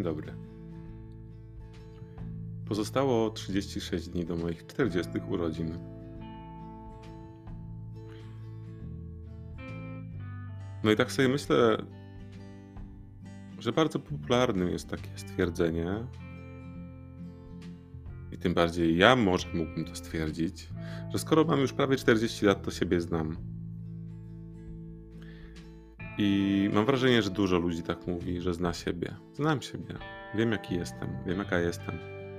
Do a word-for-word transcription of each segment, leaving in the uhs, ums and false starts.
Dzień dobry. Pozostało trzydzieści sześć dni do moich czterdziestych urodzin. No i tak sobie myślę, że bardzo popularnym jest takie stwierdzenie, i tym bardziej ja może mógłbym to stwierdzić, że skoro mam już prawie czterdzieści lat, to siebie znam. I mam wrażenie, że dużo ludzi tak mówi, że zna siebie. Znam siebie. Wiem, jaki jestem. Wiem, jaka jestem.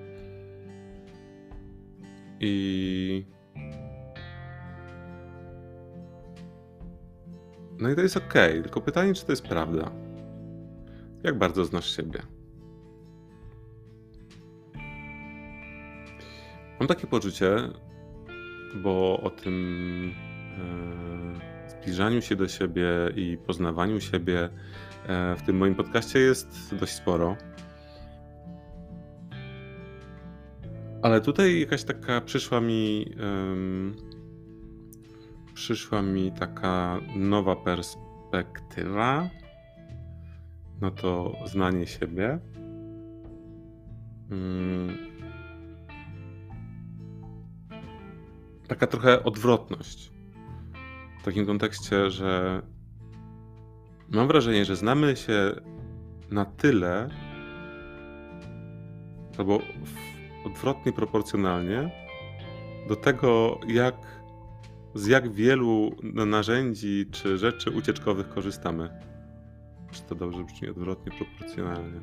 I no i to jest okej, tylko pytanie, czy to jest prawda? Jak bardzo znasz siebie? Mam takie poczucie, bo o tym e, zbliżaniu się do siebie i poznawaniu siebie e, w tym moim podcaście jest dość sporo. Ale tutaj jakaś taka przyszła mi em, przyszła mi taka nowa perspektywa na to znanie siebie. Mm, Taka trochę odwrotność. W takim kontekście, że mam wrażenie, że znamy się na tyle, albo w- odwrotnie proporcjonalnie do tego, jak, z jak wielu narzędzi czy rzeczy ucieczkowych korzystamy. Czy to dobrze brzmi? Odwrotnie proporcjonalnie.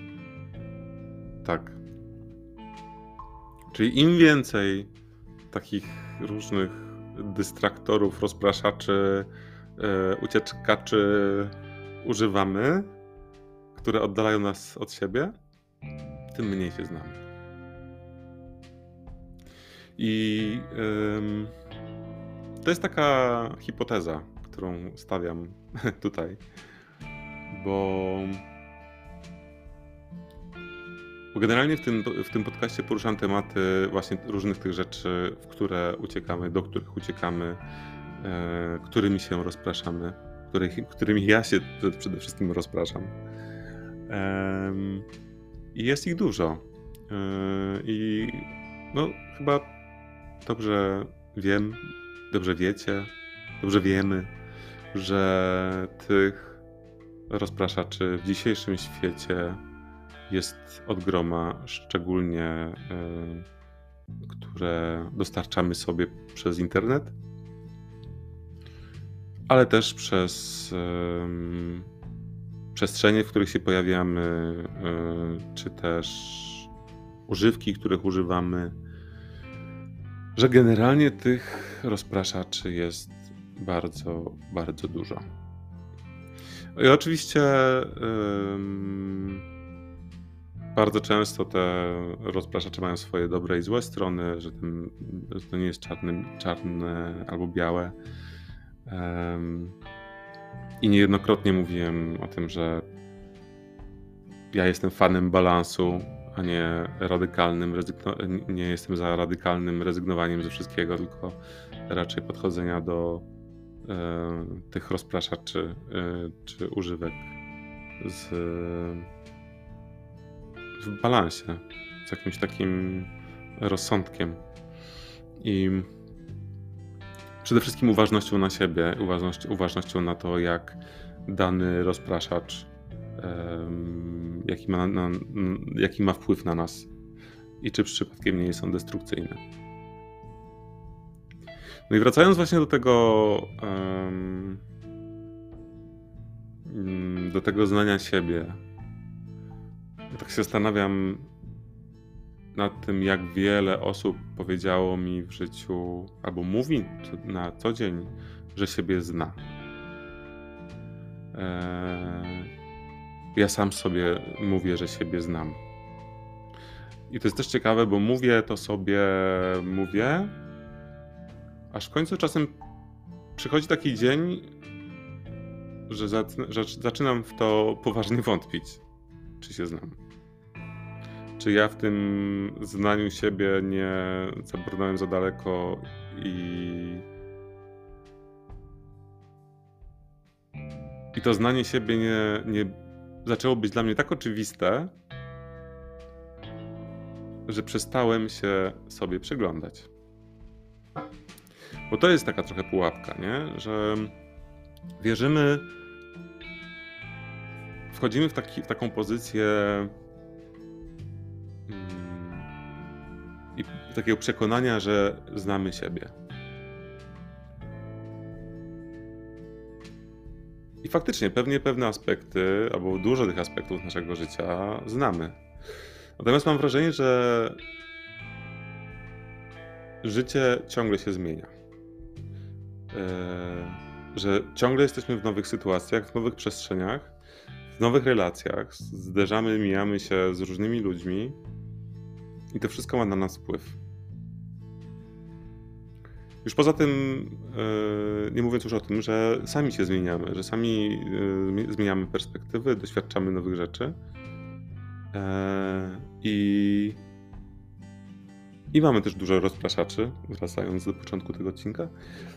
Tak. Czyli im więcej takich różnych dystraktorów, rozpraszaczy, e, ucieczkaczy używamy, które oddalają nas od siebie, tym mniej się znamy. I ym, to jest taka hipoteza, którą stawiam tutaj, bo, bo generalnie w tym, w tym podcaście poruszam tematy właśnie różnych tych rzeczy, w które uciekamy, do których uciekamy, e, którymi się rozpraszamy, których, którymi ja się przede wszystkim rozpraszam. Em, I jest ich dużo. E, I no, chyba dobrze wiem, dobrze wiecie, dobrze wiemy, że tych rozpraszaczy w dzisiejszym świecie jest od groma, szczególnie y, które dostarczamy sobie przez internet, ale też przez ym, przestrzenie, w których się pojawiamy, y, czy też używki, których używamy, że generalnie tych rozpraszaczy jest bardzo, bardzo dużo. I oczywiście ym, bardzo często te rozpraszacze mają swoje dobre i złe strony, że, tym, że to nie jest czarne, czarne albo białe. Ym, I niejednokrotnie mówiłem o tym, że ja jestem fanem balansu, a nie radykalnym, rezygno- nie jestem za radykalnym rezygnowaniem ze wszystkiego, tylko raczej podchodzenia do e, tych rozpraszaczy e, czy używek z, w balansie, z jakimś takim rozsądkiem i przede wszystkim uważnością na siebie, uważność, uważnością na to, jak dany rozpraszacz em, jaki ma, na, jaki ma wpływ na nas i czy przypadkiem nie jest on destrukcyjny. No i wracając właśnie do tego em, do tego znania siebie, ja tak się zastanawiam nad tym, jak wiele osób powiedziało mi w życiu, albo mówi na co dzień, że siebie zna. Eee, Ja sam sobie mówię, że siebie znam. I to jest też ciekawe, bo mówię to sobie, mówię, aż w końcu czasem przychodzi taki dzień, że, zac- że zaczynam w to poważnie wątpić, czy się znam. Czy ja w tym znaniu siebie nie zabrnąłem za daleko i, i to znanie siebie nie, nie zaczęło być dla mnie tak oczywiste, że przestałem się sobie przyglądać. Bo to jest taka trochę pułapka, nie? Że wierzymy, wchodzimy w, taki, w taką pozycję mm, i takiego przekonania, że znamy siebie. I faktycznie pewnie pewne aspekty, albo dużo tych aspektów naszego życia znamy. Natomiast mam wrażenie, że życie ciągle się zmienia. Że ciągle jesteśmy w nowych sytuacjach, w nowych przestrzeniach, w nowych relacjach, zderzamy, mijamy się z różnymi ludźmi i to wszystko ma na nas wpływ. Już poza tym, nie mówiąc już o tym, że sami się zmieniamy, że sami zmieniamy perspektywy, doświadczamy nowych rzeczy i, i mamy też dużo rozpraszaczy, wracając do początku tego odcinka.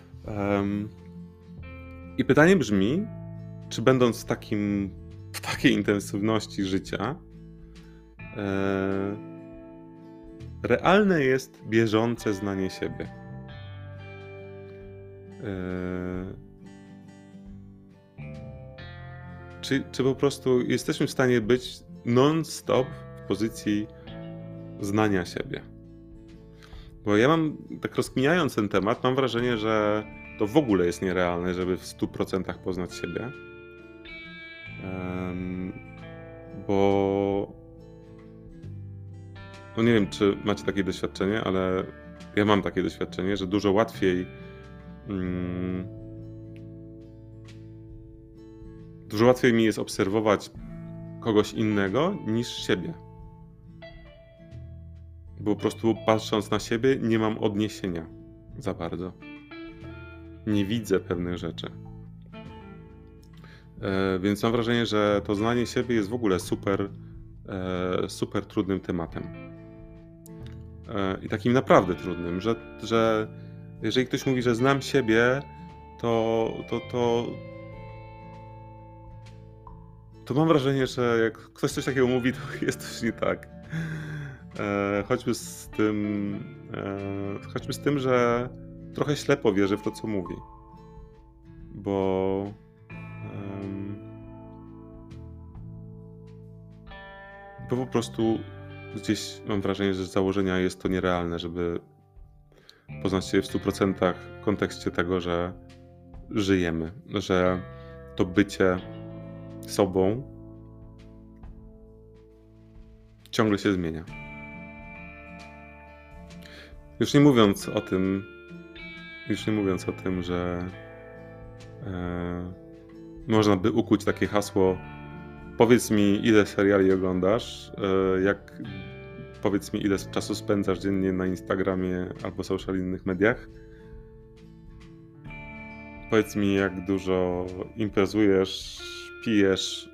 I pytanie brzmi, czy będąc w, takim, w takiej intensywności życia, realne jest bieżące znanie siebie? Czy, czy po prostu jesteśmy w stanie być non-stop w pozycji znania siebie? Bo ja mam, tak rozkminiając ten temat, mam wrażenie, że to w ogóle jest nierealne, żeby w stu procentach poznać siebie. Um, bo no nie wiem, czy macie takie doświadczenie, ale ja mam takie doświadczenie, że dużo łatwiej um, dużo łatwiej mi jest obserwować kogoś innego niż siebie. Bo po prostu patrząc na siebie nie mam odniesienia za bardzo. Nie widzę pewnych rzeczy. E, więc mam wrażenie, że to znanie siebie jest w ogóle super, e, super trudnym tematem. E, I takim naprawdę trudnym, że, że jeżeli ktoś mówi, że znam siebie, to, to, to, to mam wrażenie, że jak ktoś coś takiego mówi, to jest coś nie tak. E, choćby z tym, e, choćby z tym, że trochę ślepo wierzy w to, co mówi. Bo um, bo po prostu gdzieś mam wrażenie, że z założenia jest to nierealne, żeby poznać siebie w stu procentach w kontekście tego, że żyjemy, że to bycie sobą ciągle się zmienia. Już nie mówiąc o tym, już nie mówiąc o tym, że e, można by ukuć takie hasło: powiedz mi, ile seriali oglądasz, e, jak, powiedz mi, ile czasu spędzasz dziennie na Instagramie albo social innych mediach. Powiedz mi, jak dużo imprezujesz, pijesz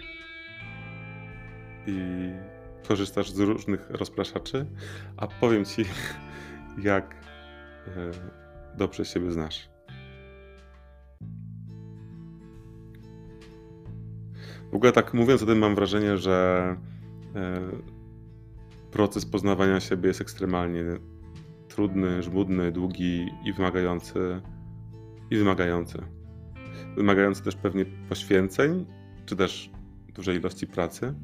i korzystasz z różnych rozpraszaczy, a powiem ci, jak e, dobrze siebie znasz. W ogóle tak mówiąc o tym, mam wrażenie, że e, proces poznawania siebie jest ekstremalnie trudny, żmudny, długi i wymagający. I wymagający. Wymagający też pewnie poświęceń, czy też dużej ilości pracy.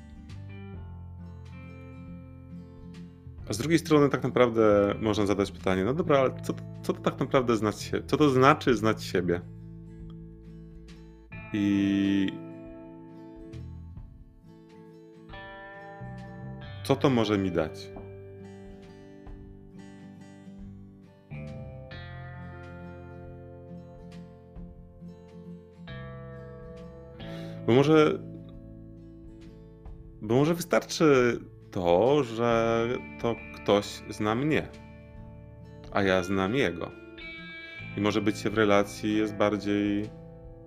A z drugiej strony tak naprawdę można zadać pytanie, no dobra, ale co, co to tak naprawdę znać się? Co to znaczy znać siebie? I co to może mi dać? Bo może, bo może wystarczy to, że to ktoś zna mnie, a ja znam jego. I może być się w relacji jest bardziej yy,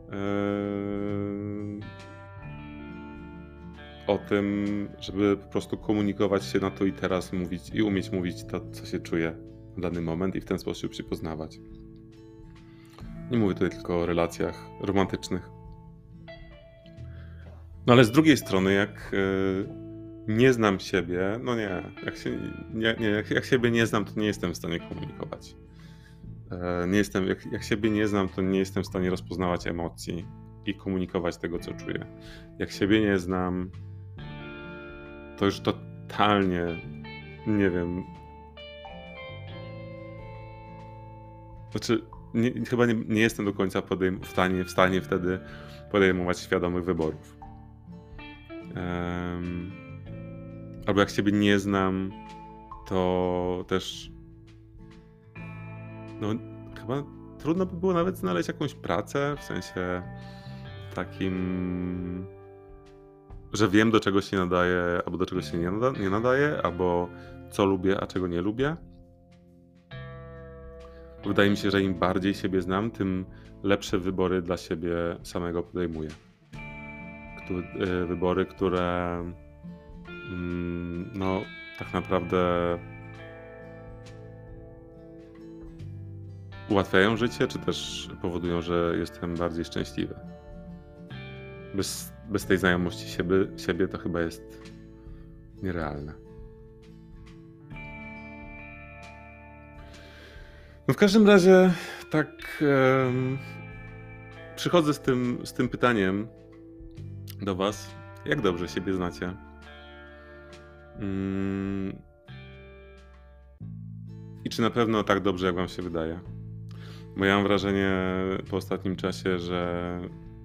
o tym, żeby po prostu komunikować się na tu i teraz, mówić i umieć mówić to, co się czuje w dany moment i w ten sposób się poznawać. Nie mówię tutaj tylko o relacjach romantycznych. No ale z drugiej strony, jak y, nie znam siebie, no nie, jak, się, nie, nie jak, jak siebie nie znam, to nie jestem w stanie komunikować. E, nie jestem, jak, jak siebie nie znam, to nie jestem w stanie rozpoznawać emocji i komunikować tego, co czuję. Jak siebie nie znam, to już totalnie nie wiem. Znaczy, nie, chyba nie, nie jestem do końca podejm- w, stanie, w stanie wtedy podejmować świadomych wyborów. Em, albo jak siebie nie znam, to też no chyba trudno by było nawet znaleźć jakąś pracę, w sensie takim, że wiem, do czego się nadaje, albo do czego się nie, nada, nie nadaje, albo co lubię, a czego nie lubię. Wydaje mi się, że im bardziej siebie znam, tym lepsze wybory dla siebie samego podejmuję. Któ- y, wybory, które mm, no tak naprawdę ułatwiają życie, czy też powodują, że jestem bardziej szczęśliwy. Bez, bez tej znajomości siebie, siebie to chyba jest nierealne. No w każdym razie tak em, przychodzę z tym, z tym pytaniem do was, jak dobrze siebie znacie? Mm, I czy na pewno tak dobrze, jak wam się wydaje? Bo ja mam wrażenie po ostatnim czasie, że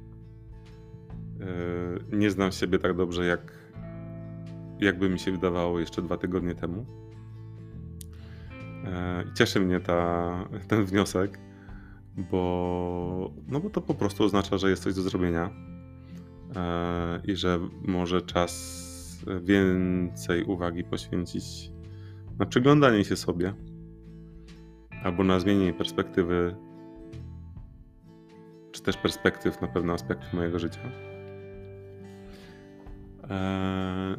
yy, nie znam siebie tak dobrze, jak jakby mi się wydawało jeszcze dwa tygodnie temu. Yy, cieszy mnie ta, ten wniosek, bo, no bo to po prostu oznacza, że jest coś do zrobienia yy, i że może czas więcej uwagi poświęcić na przyglądanie się sobie albo na zmienienie perspektywy, czy też perspektyw na pewne aspekty mojego życia. Eee...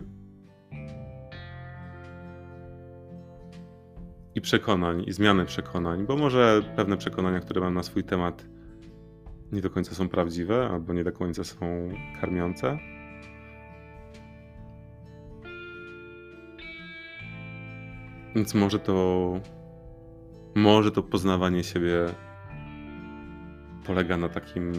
I przekonań, i zmiany przekonań, bo może pewne przekonania, które mam na swój temat, nie do końca są prawdziwe, albo nie do końca są karmiące. Więc może to, może to poznawanie siebie polega na takim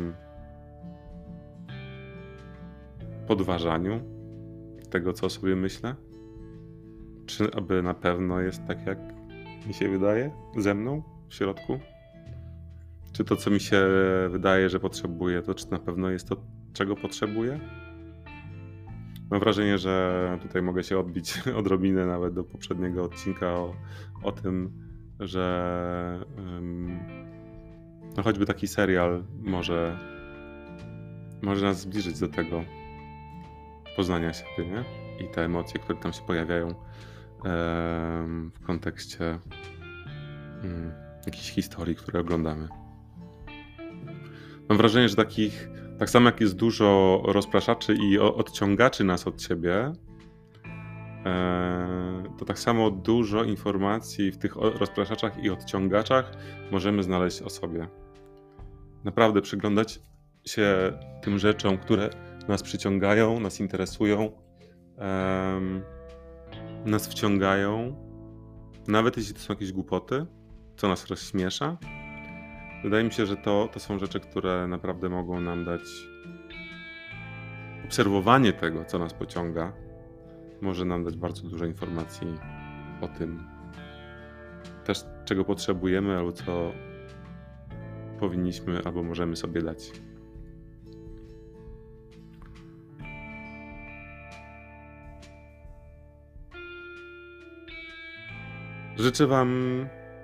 podważaniu tego, co o sobie myślę. Czy aby na pewno jest tak, jak mi się wydaje, ze mną w środku? Czy to, co mi się wydaje, że potrzebuję, to czy na pewno jest to, czego potrzebuję? Mam wrażenie, że tutaj mogę się odbić odrobinę nawet do poprzedniego odcinka o, o tym, że um, no choćby taki serial może, może nas zbliżyć do tego poznania siebie, nie? I te emocje, które tam się pojawiają um, w kontekście um, jakichś historii, które oglądamy. Mam wrażenie, że takich, tak samo jak jest dużo rozpraszaczy i odciągaczy nas od siebie, to tak samo dużo informacji w tych rozpraszaczach i odciągaczach możemy znaleźć o sobie. Naprawdę przyglądać się tym rzeczom, które nas przyciągają, nas interesują, nas wciągają, nawet jeśli to są jakieś głupoty, co nas rozśmiesza. Wydaje mi się, że to, to są rzeczy, które naprawdę mogą nam dać obserwowanie tego, co nas pociąga, może nam dać bardzo dużo informacji o tym też, czego potrzebujemy, albo co powinniśmy, albo możemy sobie dać. Życzę wam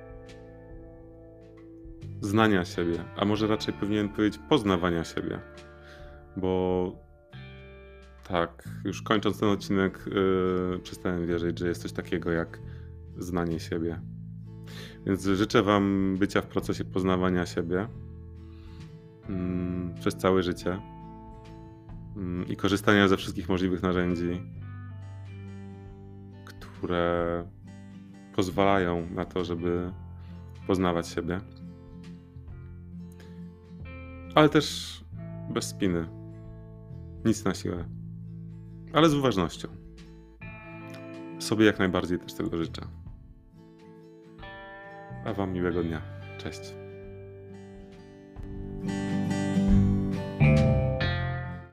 znania siebie, a może raczej powinienem powiedzieć poznawania siebie, bo tak, już kończąc ten odcinek, yy, przestałem wierzyć, że jest coś takiego jak znanie siebie. Więc życzę wam bycia w procesie poznawania siebie yy, przez całe życie yy, i korzystania ze wszystkich możliwych narzędzi, które pozwalają na to, żeby poznawać siebie. Ale też bez spiny. Nic na siłę. ale z uważnością. Sobie jak najbardziej też tego życzę. A wam miłego dnia. Cześć.